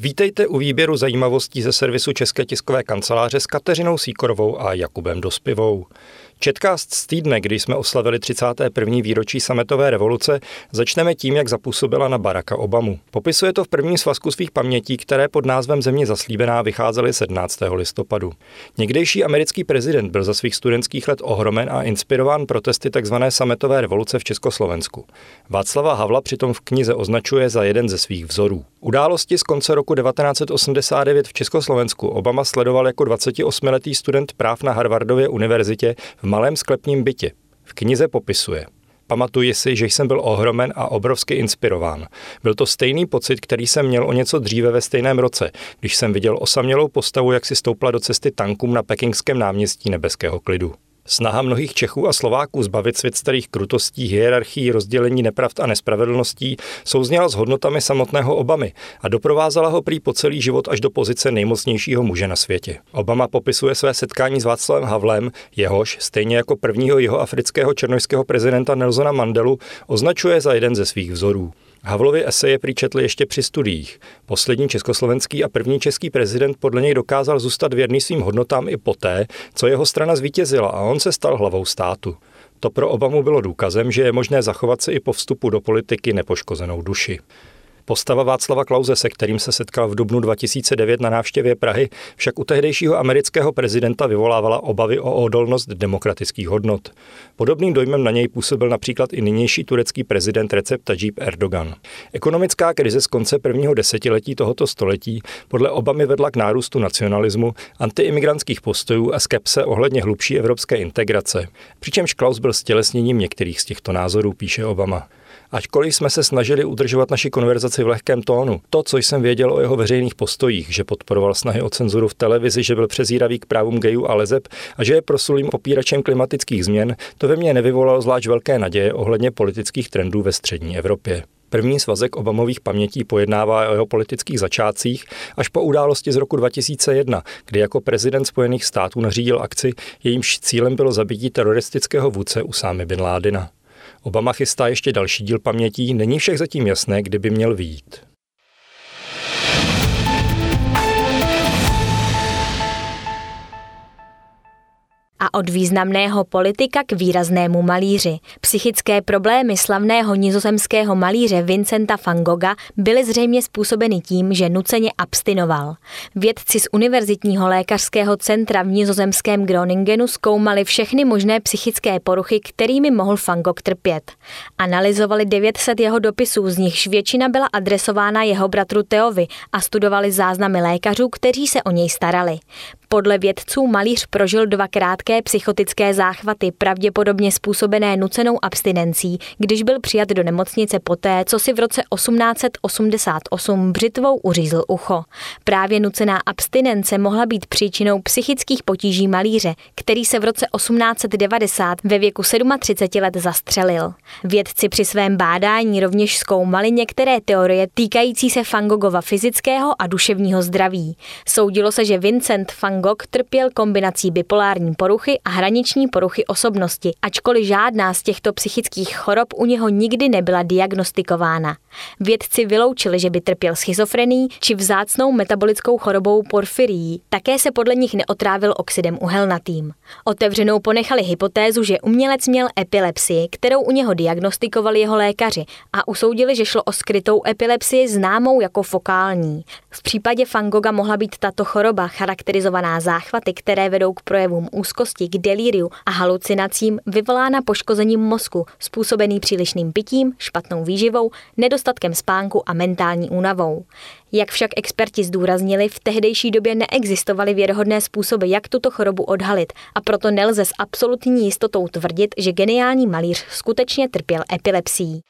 Vítejte u výběru zajímavostí ze servisu České tiskové kanceláře s Kateřinou Sýkorovou a Jakubem Dospivou. Četcast z týdne, kdy jsme oslavili 31. výročí sametové revoluce, začneme tím, jak zapůsobila na Baracka Obamu. Popisuje to v prvním svazku svých pamětí, které pod názvem Země zaslíbená vycházely 17. listopadu. Někdejší americký prezident byl za svých studentských let ohromen a inspirován protesty tzv. Sametové revoluce v Československu. Václava Havla přitom v knize označuje za jeden ze svých vzorů. Události z konce roku 1989 v Československu Obama sledoval jako 28letý student práv na Harvardově univerzitě v malém sklepním bytě. V knize popisuje: Pamatuji si, že jsem byl ohromen a obrovsky inspirován. Byl to stejný pocit, který jsem měl o něco dříve ve stejném roce, když jsem viděl osamělou postavu, jak si stoupla do cesty tankům na pekingském náměstí nebeského klidu. Snaha mnohých Čechů a Slováků zbavit svět starých krutostí, hierarchií, rozdělení nepravd a nespravedlností souzněla s hodnotami samotného Obamy a doprovázela ho prý po celý život až do pozice nejmocnějšího muže na světě. Obama popisuje své setkání s Václavem Havlem, jehož, stejně jako prvního jihoafrického černošského prezidenta Nelsona Mandelu, označuje za jeden ze svých vzorů. Havlovy eseje prý četli ještě při studiích. Poslední československý a první český prezident podle něj dokázal zůstat věrný svým hodnotám i poté, co jeho strana zvítězila a on se stal hlavou státu. To pro Obamu bylo důkazem, že je možné zachovat si i po vstupu do politiky nepoškozenou duši. Postava Václava Klause, se kterým se setkal v dubnu 2009 na návštěvě Prahy, však u tehdejšího amerického prezidenta vyvolávala obavy o odolnost demokratických hodnot. Podobným dojmem na něj působil například i nynější turecký prezident Recep Tayyip Erdogan. Ekonomická krize z konce prvního desetiletí tohoto století podle Obamy vedla k nárůstu nacionalismu, antiimigrantských postojů a skepse ohledně hlubší evropské integrace. Přičemž Klaus byl stělesněním některých z těchto názorů, píše Obama. Ačkoliv jsme se snažili udržovat naši konverzaci v lehkém tónu, to, co jsem věděl o jeho veřejných postojích, že podporoval snahy o cenzuru v televizi, že byl přezíravý k právům gayů a leseb a že je proslulým popíračem klimatických změn, to ve mně nevyvolalo zvlášť velké naděje ohledně politických trendů ve střední Evropě. První svazek Obamových pamětí pojednává o jeho politických začátcích až po události z roku 2001, kdy jako prezident Spojených států nařídil akci, jejímž cílem bylo zabití teroristického vůdce Usámy bin Ládina. Obama chystá ještě další díl pamětí, není však zatím jasné, kdy by měl vyjít. A od významného politika k výraznému malíři. Psychické problémy slavného nizozemského malíře Vincenta van Gogha byly zřejmě způsobeny tím, že nuceně abstinoval. Vědci z Univerzitního lékařského centra v nizozemském Groningenu zkoumali všechny možné psychické poruchy, kterými mohl Van Gogh trpět. Analyzovali 900 jeho dopisů, z nichž většina byla adresována jeho bratru Theovi a studovali záznamy lékařů, kteří se o něj starali. Podle vědců malíř prožil 2 krátké psychotické záchvaty, pravděpodobně způsobené nucenou abstinencí, když byl přijat do nemocnice poté, co si v roce 1888 břitvou uřízl ucho. Právě nucená abstinence mohla být příčinou psychických potíží malíře, který se v roce 1890 ve věku 37 let zastřelil. Vědci při svém bádání rovněž zkoumali některé teorie týkající se Van Goghova fyzického a duševního zdraví. Soudilo se, že Vincent van Gogh trpěl kombinací bipolární poruchy a hraniční poruchy osobnosti, ačkoliv žádná z těchto psychických chorob u něho nikdy nebyla diagnostikována. Vědci vyloučili, že by trpěl schizofrenií či vzácnou metabolickou chorobou porfirií. Také se podle nich neotrávil oxidem uhelnatým. Otevřenou ponechali hypotézu, že umělec měl epilepsii, kterou u něho diagnostikovali jeho lékaři a usoudili, že šlo o skrytou epilepsii známou jako fokální. V případě Van Gogha mohla být tato choroba charakterizovaná záchvaty, které vedou k projevům úzkosti, k delíriu a halucinacím, vyvolána poškozením mozku, způsobený přílišným pitím, špatnou výživou, nedostatkem spánku a mentální únavou. Jak však experti zdůraznili, v tehdejší době neexistovaly věrohodné způsoby, jak tuto chorobu odhalit, a proto nelze s absolutní jistotou tvrdit, že geniální malíř skutečně trpěl epilepsií.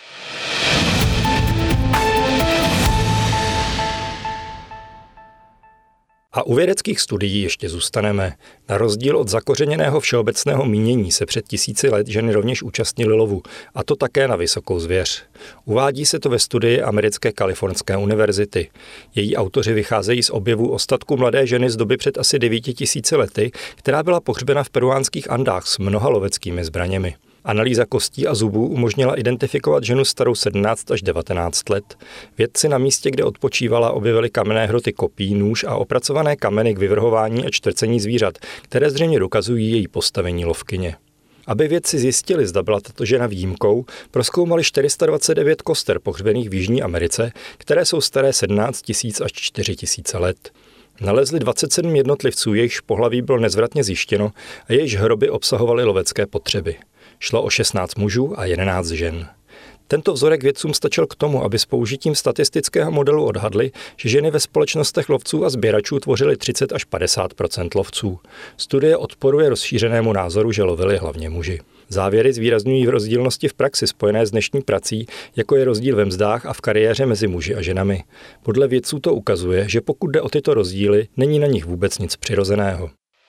A u vědeckých studií ještě zůstaneme. Na rozdíl od zakořeněného všeobecného mínění se před 1000 let ženy rovněž účastnily lovu, a to také na vysokou zvěř. Uvádí se to ve studii americké Kalifornské univerzity. Její autoři vycházejí z objevů ostatků mladé ženy z doby před asi 9000 lety, která byla pohřbena v peruánských Andách s mnoha loveckými zbraněmi. Analýza kostí a zubů umožnila identifikovat ženu starou 17 až 19 let. Vědci na místě, kde odpočívala, objevili kamenné hroty kopí, nůž a opracované kameny k vyvrhování a čtvrcení zvířat, které zřejmě dokazují její postavení lovkyně. Aby vědci zjistili, zda byla tato žena výjimkou, prozkoumali 429 koster pohřbených v Jižní Americe, které jsou staré 17 000 až 4 000 let. Nalezli 27 jednotlivců, jejichž pohlaví bylo nezvratně zjištěno a jejichž hroby obsahovaly lovecké potřeby. Šlo o 16 mužů a 11 žen. Tento vzorek vědcům stačil k tomu, aby s použitím statistického modelu odhadli, že ženy ve společnostech lovců a sběračů tvořily 30 až 50% lovců. Studie odporuje rozšířenému názoru, že lovili hlavně muži. Závěry zvýrazňují rozdílnosti v praxi spojené s dnešní prací, jako je rozdíl ve mzdách a v kariéře mezi muži a ženami. Podle vědců to ukazuje, že pokud jde o tyto rozdíly, není na nich vůbec nic přirozeného.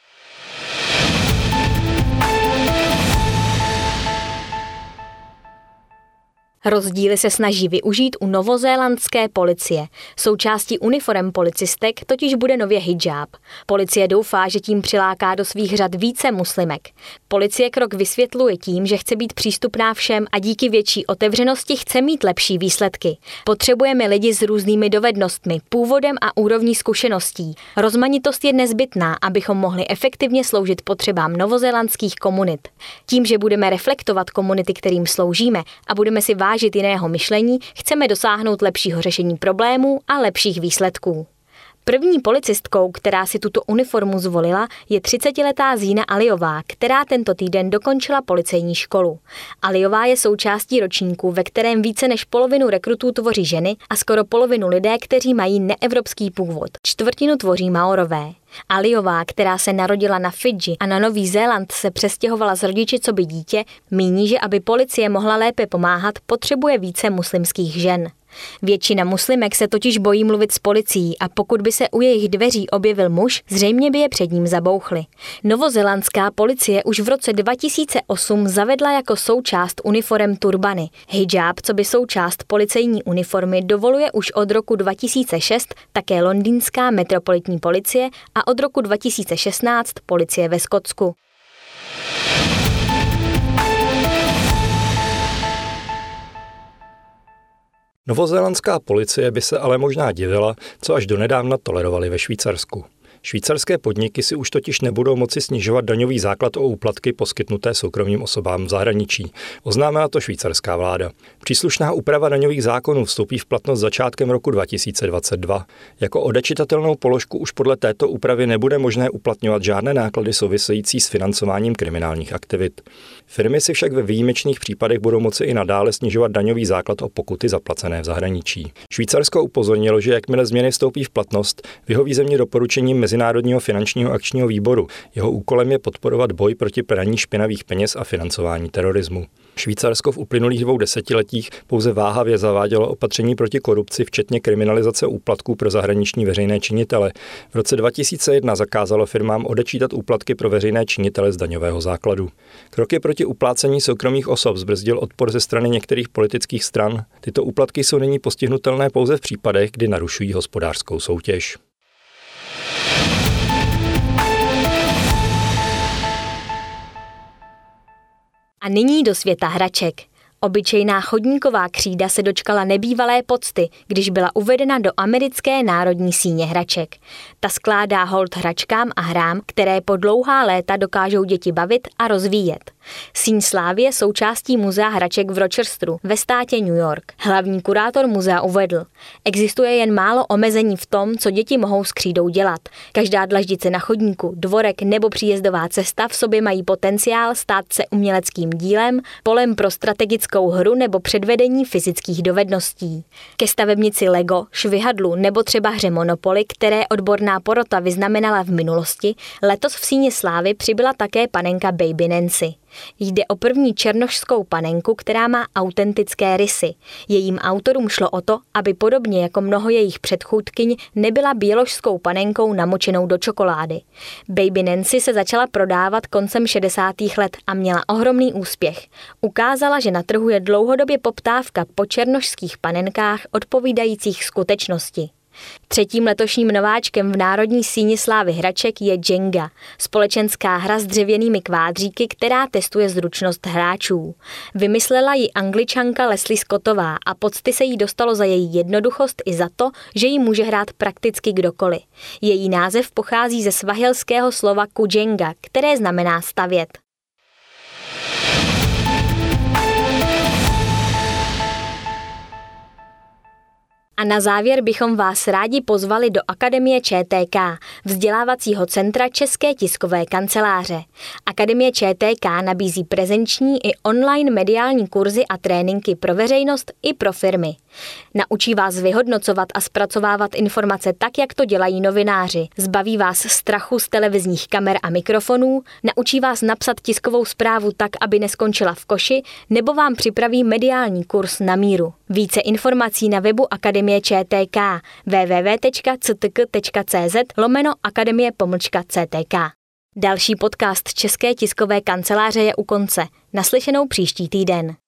Rozdíly se snaží využít u novozélandské policie. Součástí uniforem policistek totiž bude nově hidžáb. Policie doufá, že tím přiláká do svých řad více muslimek. Policie krok vysvětluje tím, že chce být přístupná všem a díky větší otevřenosti chce mít lepší výsledky. Potřebujeme lidi s různými dovednostmi, původem a úrovní zkušeností. Rozmanitost je nezbytná, abychom mohli efektivně sloužit potřebám novozélandských komunit. Tím, že budeme reflektovat komunity, kterým sloužíme a budeme si vážit jiného myšlení, chceme dosáhnout lepšího řešení problémů a lepších výsledků. První policistkou, která si tuto uniformu zvolila, je 30letá Zína Aliová, která tento týden dokončila policejní školu. Aliová je součástí ročníku, ve kterém více než polovinu rekrutů tvoří ženy a skoro polovinu lidé, kteří mají neevropský původ. Čtvrtinu tvoří Maorové. Aliová, která se narodila na Fidži a na Nový Zéland se přestěhovala s rodiči coby dítě, míní, že aby policie mohla lépe pomáhat, potřebuje více muslimských žen. Většina muslimek se totiž bojí mluvit s policií a pokud by se u jejich dveří objevil muž, zřejmě by je před ním zabouchli. Novozélandská policie už v roce 2008 zavedla jako součást uniforem turbany. Hijab, co by součást policejní uniformy, dovoluje už od roku 2006 také londýnská metropolitní policie a od roku 2016 policie ve Skotsku. Novozélandská policie by se ale možná divila, co až donedávna tolerovali ve Švýcarsku. Švýcarské podniky si už totiž nebudou moci snižovat daňový základ o úplatky poskytnuté soukromým osobám v zahraničí. Oznámila to švýcarská vláda. Příslušná úprava daňových zákonů vstoupí v platnost začátkem roku 2022. Jako odečitatelnou položku už podle této úpravy nebude možné uplatňovat žádné náklady související s financováním kriminálních aktivit. Firmy si však ve výjimečných případech budou moci i nadále snižovat daňový základ o pokuty zaplacené v zahraničí. Švýcarsko upozornilo, že jakmile změny vstoupí v platnost, vyhoví země doporučením Mezinárodního finančního akčního výboru. Jeho úkolem je podporovat boj proti praní špinavých peněz a financování terorismu. Švýcarsko v uplynulých 2 desetiletích pouze váhavě zavádělo opatření proti korupci, včetně kriminalizace úplatků pro zahraniční veřejné činitele. V roce 2001 zakázalo firmám odečítat úplatky pro veřejné činitele z daňového základu. Kroky proti uplácení soukromých osob zbrzdil odpor ze strany některých politických stran. Tyto úplatky jsou nyní postihnutelné pouze v případech, kdy narušují hospodářskou soutěž. A nyní do světa hraček. Obyčejná chodníková křída se dočkala nebývalé pocty, když byla uvedena do americké národní síně hraček. Ta skládá hold hračkám a hrám, které po dlouhá léta dokážou děti bavit a rozvíjet. Síň slávy je součástí muzea hraček v Rochesteru ve státě New York. Hlavní kurátor muzea uvedl: existuje jen málo omezení v tom, co děti mohou s křídou dělat. Každá dlaždice na chodníku, dvorek nebo příjezdová cesta v sobě mají potenciál stát se uměleckým dílem, polem pro strategickou hru nebo předvedení fyzických dovedností. Ke stavebnici Lego, švihadlu nebo třeba hře Monopoly, které odborná porota vyznamenala v minulosti, letos v síni slávy přibyla také panenka Baby Nancy. Jde o první černošskou panenku, která má autentické rysy. Jejím autorům šlo o to, aby podobně jako mnoho jejich předchůdkyň nebyla běložskou panenkou namočenou do čokolády. Baby Nancy se začala prodávat koncem 60. let a měla ohromný úspěch. Ukázala, že na trhu je dlouhodobě poptávka po černošských panenkách odpovídajících skutečnosti. Třetím letošním nováčkem v národní síni slávy hraček je Jenga, společenská hra s dřevěnými kvádříky, která testuje zručnost hráčů. Vymyslela ji Angličanka Leslie Scottová a pocty se jí dostalo za její jednoduchost i za to, že ji může hrát prakticky kdokoliv. Její název pochází ze svahilského slova kujenga, které znamená stavět. A na závěr bychom vás rádi pozvali do Akademie ČTK, vzdělávacího centra České tiskové kanceláře. Akademie ČTK nabízí prezenční i online mediální kurzy a tréninky pro veřejnost i pro firmy. Naučí vás vyhodnocovat a zpracovávat informace tak, jak to dělají novináři. Zbaví vás strachu z televizních kamer a mikrofonů, naučí vás napsat tiskovou zprávu tak, aby neskončila v koši, nebo vám připraví mediální kurz na míru. Více informací na webu Akademie ČTK www.ctk.cz/akademie-ctk. Další podcast České tiskové kanceláře je u konce. Naslyšenou příští týden.